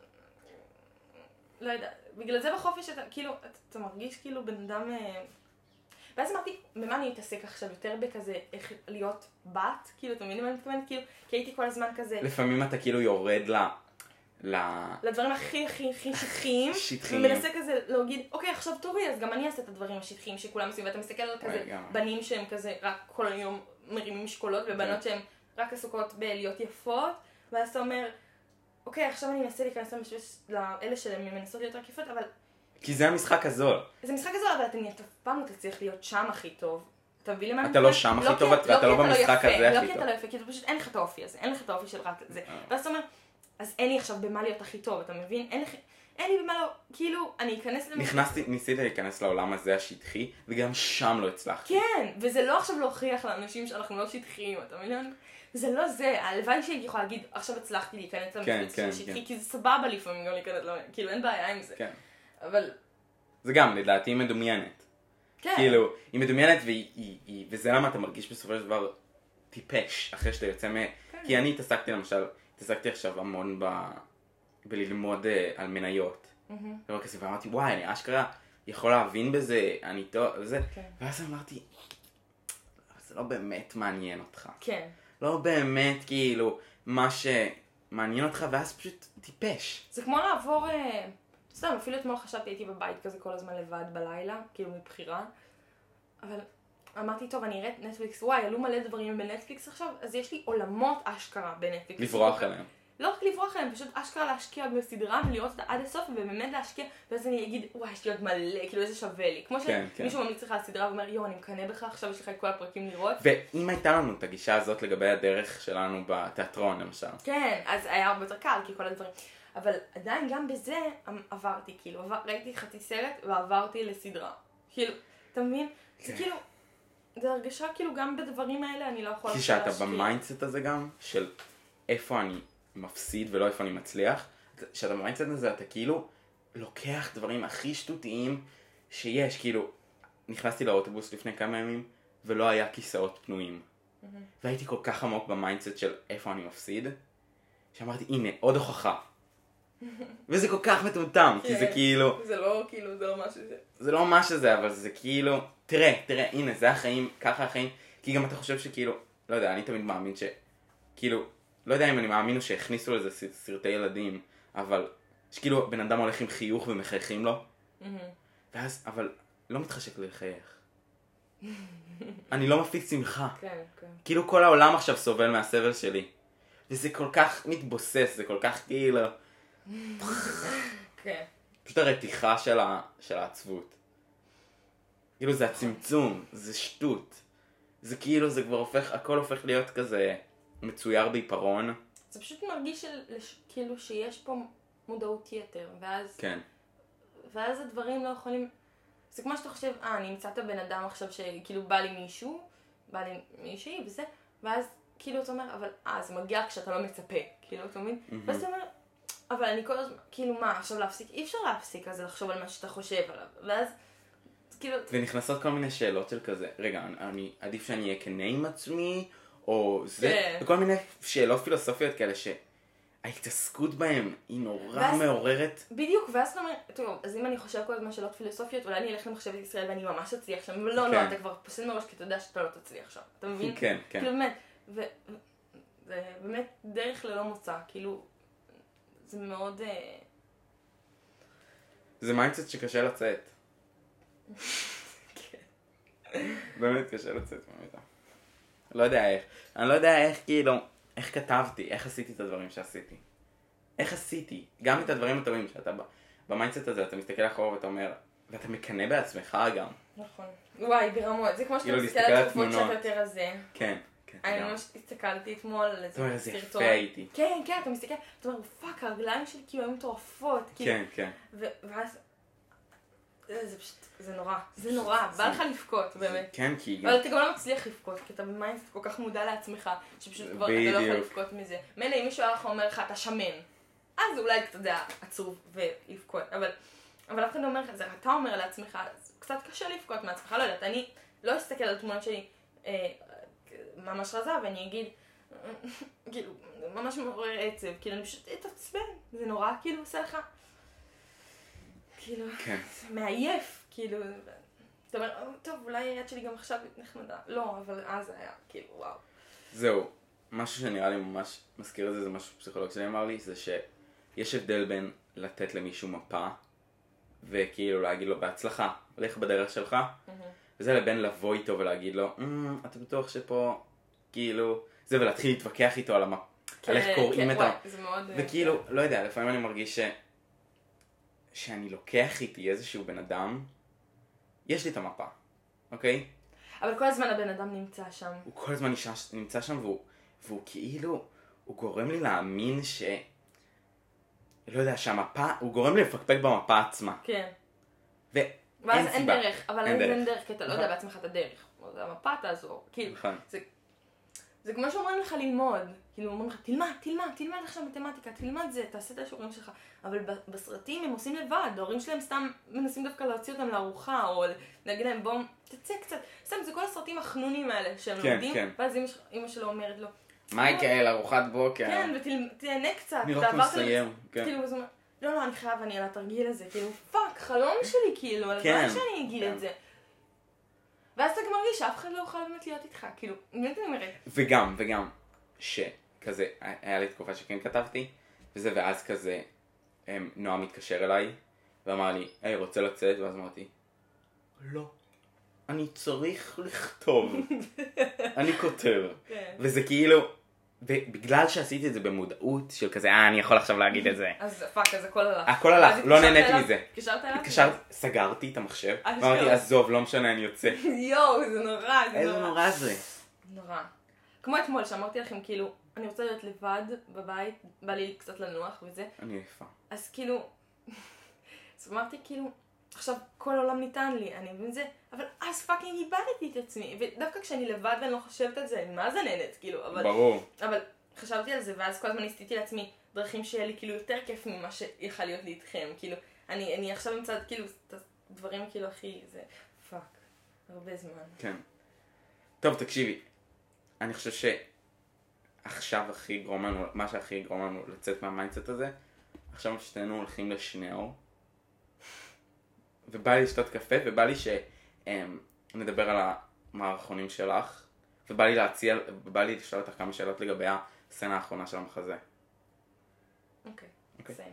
לא יודע, בגלל זה בחופש אתה, כאילו, אתה, אתה מרגיש כאילו בן אדם... ואז אמרתי, במה אני אתעסק עכשיו יותר בכזה, איך להיות בת? כאילו, אתם מבינים מה אני מתכוונת? כאילו, כי הייתי כל הזמן כזה... לפעמים אתה כאילו יורד ל... ל... לדברים הכי הכי הכי שטחיים. שטחיים. ומנסה כזה להגיד, אוקיי, עכשיו תורי, אז גם אני אעשה את הדברים השטחיים שכולם עושים, ואתה מסתכל על כזה בנים שהם כזה רק כל היום מרימים משקולות, ובנות שהם רק עסוקות בלהיות יפות, ואז אתה אומר, אוקיי, עכשיו אני אנסה להיכנס לאלה שלהם מנסות להיות רק יפות, אבל... כי זה המשחק הזול. זה משחק הזול, אבל אתה אף פעם לא תצליח להיות שם הכי טוב. אתה מבין למה אני אתה לא שם הכי טוב, ואתה לא במשחק הזה הכי טוב. לא כי אתה לא יפה, כי אתה פשוט אין לך את האופי הזה, אין לך את האופי של רק זה. ואז אתה אומר, אז אין לי עכשיו במה להיות הכי טוב, אתה מבין? אין, לך, אין לי במה לא, כאילו, אני אכנס... נכנסתי, ניסיתי להיכנס לעולם הזה השטחי, וגם שם לא הצלחתי. כן, וזה לא עכשיו להוכיח לאנשים שאנחנו לא שטחיים, אתה מבין? זה לא זה, הלוואי שהייתי יכולה להגיד, עכשיו הצלחתי להיכנס למחוץ של שטחי, כי זה סבבה לפעמים גם להיכנס, כאילו אין בעיה עם זה. כן. אבל... זה גם, לדעתי, היא מדומיינת. כן. כאילו, היא מדומיינת, והיא, היא, היא, וזה למה אתה מרגיש בסופו של דבר טיפש, אחרי שאתה יוצא מ... כן. כי אני התעסקתי למשל, התעסקתי עכשיו המון ב... בללמוד uh, על מניות. Mm-hmm. ואמרתי, וואי, אני אשכרה יכול להבין בזה, אני טוב, וזה. כן. ואז אמרתי, זה לא באמת מעניין אותך. כן. לא באמת, כאילו, מה שמעניין אותך, ואז פשוט טיפש. זה כמו לעבור... סתם, אפילו אתמול חשבתי, הייתי בבית כזה כל הזמן לבד בלילה, כאילו מבחירה. אבל אמרתי, טוב, אני אראה את נטפליקס, וואי, עלו מלא דברים בנטפליקס עכשיו, אז יש לי עולמות אשכרה בנטפליקס. לברוח אליהם. לא רק לברוח אליהם, פשוט אשכרה להשקיע בסדרה ולראות אותה עד הסוף, ובאמת להשקיע, ואז אני אגיד, וואי, יש לי עוד מלא, כאילו איזה שווה לי. כמו כן, שמישהו כן. ממליץ לך על סדרה ואומר, יו, אני מקנה בך, עכשיו יש לך את כל הפרקים לראות. ואם הייתה לנו את הגישה הזאת לגבי הדרך שלנו בתיאטרון, למשל. כן, אז היה הרבה יותר קל, כי כל הדברים. אבל עדיין גם בזה עברתי, כאילו, עבר, ראיתי חצי סרט ועברתי לסדרה. כאילו, אתה מבין? זה כאילו, זה הרגשה כאילו גם בדברים האלה אני לא יכולה... כי שאתה במיינדסט הזה גם, של איפה אני מפסיד ולא איפה אני מצליח, שאתה במיינדסט הזה אתה כאילו לוקח דברים הכי שטותיים שיש, כאילו, נכנסתי לאוטובוס לפני כמה ימים ולא היה כיסאות פנויים. Mm-hmm. והייתי כל כך עמוק במיינדסט של איפה אני מפסיד, שאמרתי, הנה, עוד הוכחה. וזה כל כך מטומטם, כי זה כאילו... זה לא כאילו, זה לא מה שזה. זה לא מה שזה, אבל זה כאילו... תראה, תראה, הנה, זה החיים, ככה החיים. כי גם אתה חושב שכאילו... לא יודע, אני תמיד מאמין ש... כאילו... לא יודע אם אני מאמין שהכניסו לזה סרטי ילדים, אבל... שכאילו בן אדם הולך עם חיוך ומחייכים לו. ואז, אבל לא מתחשק לי לחייך. אני לא מפיק שמחה. כן, כן. כאילו כל העולם עכשיו סובל מהסבל שלי. וזה כל כך מתבוסס, זה כל כך כאילו... כן. פשוט הרתיחה של, ה... של העצבות. כאילו זה הצמצום, זה שטות. זה כאילו, זה כבר הופך, הכל הופך להיות כזה מצויר בעיפרון. זה פשוט מרגיש של, לש, כאילו שיש פה מודעות יתר, ואז... כן. ואז הדברים לא יכולים... זה כמו שאתה חושב, אה, אני אמצא את הבן אדם עכשיו שכאילו בא לי מישהו, בא לי מישהי וזה, ואז כאילו אתה אומר, אבל אה, זה מגיע כשאתה לא מצפה, כאילו, אתה מבין? Mm-hmm. ואז אתה אומר, אבל אני כל הזמן, כאילו מה, עכשיו להפסיק? אי אפשר להפסיק, אז לחשוב על מה שאתה חושב עליו, ואז, כאילו... ונכנסות כל מיני שאלות של כזה, רגע, אני, אני עדיף שאני אהיה כנה עם עצמי, או זה, כן. וכל מיני שאלות פילוסופיות כאלה ש... ההתעסקות בהם היא נורא ואז, מעוררת. בדיוק, ואז אתה אומר, טוב, אז אם אני חושב כל הזמן שאלות פילוסופיות, אולי אני אלך למחשבת ישראל ואני ממש אצליח שם, ולא, כן. לא, אתה כבר פוסל מראש כי אתה יודע שאתה לא תצליח שם, אתה מבין? כן, כן. כאילו באמת, ו... זה באמת דרך ללא מוצא, כאילו, זה מאוד... זה מיינדסט שקשה לצאת. באמת קשה לצאת מהמיטה. לא יודע איך. אני לא יודע איך, כאילו, איך כתבתי, איך עשיתי את הדברים שעשיתי. איך עשיתי? גם את הדברים הטובים שאתה בא. במיינדסט הזה אתה מסתכל אחורה ואתה אומר, ואתה מקנא בעצמך גם. נכון. וואי, ברמות. זה כמו שאתה מסתכל על תקופות שאתה יותר הזה. כן, כן. אני ממש הסתכלתי אתמול על אתה אומר, איזה איזה סרטון. יפה הייתי. כן, כן, אתה מסתכל, אתה אומר, פאק, הרגליים שלי כאילו היו מטורפות. כן, כן. ואז... זה פשוט, זה נורא, זה נורא, בא לך לבכות באמת. כן, כי... אבל אתה גם לא מצליח לבכות, כי אתה במיינדסט כל כך מודע לעצמך, שפשוט כבר אתה לא יכול לבכות מזה. מילא אם מישהו הלך ואומר לך, אתה שמן, אז אולי אתה יודע, עצוב ולבכות, אבל אף אחד לא אומר לך, זה אתה אומר לעצמך, קצת קשה לבכות מעצמך, לא יודעת, אני לא אסתכל על תמונות שלי ממש רזה, ואני אגיד, כאילו, ממש מעורר עצב, כאילו אני פשוט אתעצבן, זה נורא כאילו עושה לך. כאילו, כן. זה מעייף, כאילו, אתה אומר, טוב, אולי היד שלי גם עכשיו נחמדה. לא, אבל אז זה היה, כאילו, וואו. זהו, משהו שנראה לי ממש מזכיר את זה, זה משהו פסיכולוג שלי אמר לי, זה שיש הבדל בין לתת למישהו מפה, וכאילו להגיד לו בהצלחה, הולך בדרך שלך, וזה לבין לבוא איתו ולהגיד לו, אתה בטוח שפה, כאילו, זה ולהתחיל להתווכח איתו על המפה, על איך קוראים את ה... וכאילו, לא יודע, לפעמים אני מרגיש ש... שאני לוקח איתי איזשהו בן אדם, יש לי את המפה, אוקיי? אבל כל הזמן הבן אדם נמצא שם. הוא כל הזמן נמצא שם, והוא, והוא כאילו, הוא גורם לי להאמין ש... לא יודע, שהמפה, הוא גורם לי לפקפק במפה עצמה. כן. ואין ואז סיבה. אין דרך, אבל אין אין דרך, כי אתה לא יודע בעצמך את הדרך. המפה תעזור, כאילו. זה... זה כמו שאומרים לך ללמוד, כאילו אומרים לך, תלמד, תלמד, תלמד עכשיו מתמטיקה, תלמד זה, תעשה את השיעורים שלך. אבל בסרטים הם עושים לבד, ההורים שלהם סתם מנסים דווקא להוציא אותם לארוחה, או להגיד להם, בוא, תצא קצת. סתם, זה כל הסרטים החנונים האלה שהם כן, לומדים, כן. ואז אמא שלו אומרת לו, מייקל, ארוחת בוקר. כן, ותהנה קצת. אני רק מסיים, כן. כאילו, לא, לא, אני חייב, אני על התרגיל הזה, כאילו, פאק, חלום שלי, כאילו, על מה שאני אגיד את זה. ואז אתה גם מרגיש שאף אחד לא יוכל באמת להיות איתך, כאילו, באמת אני אומרת. וגם, וגם, שכזה, היה לי תקופה שכן כתבתי, וזה, ואז כזה, נועם מתקשר אליי, ואמר לי, היי, רוצה לצאת? ואז אמרתי, לא, אני צריך לכתוב, אני כותב. וזה כאילו, ובגלל שעשיתי את זה במודעות, של כזה, אה, אני יכול עכשיו להגיד את זה. אז פאק, אז הכל הלך. הכל הלך, לא נהניתי מזה. התקשרת אליו? התקשרת, סגרתי את המחשב, אמרתי, עזוב, לא משנה, אני יוצא. יואו, זה נורא, זה נורא. איזה נורא זה. נורא. כמו אתמול, שאמרתי לכם, כאילו, אני רוצה להיות לבד בבית, בא לי קצת לנוח וזה. אני עייפה. אז כאילו, אז אמרתי, כאילו, עכשיו כל העולם ניתן לי, אני מבין זה, אבל אז פאקינג איבדתי את עצמי, ודווקא כשאני לבד ואני לא חושבת על זה, מה זה נהנית, כאילו, אבל... ברור. אבל חשבתי על זה, ואז כל הזמן ניסיתי לעצמי דרכים שיהיה לי כאילו יותר כיף ממה שיכל להיות לי איתכם, כאילו, אני, אני עכשיו אמצא כאילו את הדברים כאילו הכי, זה פאק, הרבה זמן. כן. טוב, תקשיבי, אני חושב שעכשיו הכי יגרום לנו, מה שהכי יגרום לנו לצאת מהמיינדסט הזה, עכשיו שתינו הולכים לשניאור, ובא לי לשתות קפה, ובא לי שנדבר על המערכונים שלך, ובא לי להציע, ובא לי לשאול אותך כמה שאלות לגבי הסצנה האחרונה של המחזה. אוקיי, אוקיי. סיים.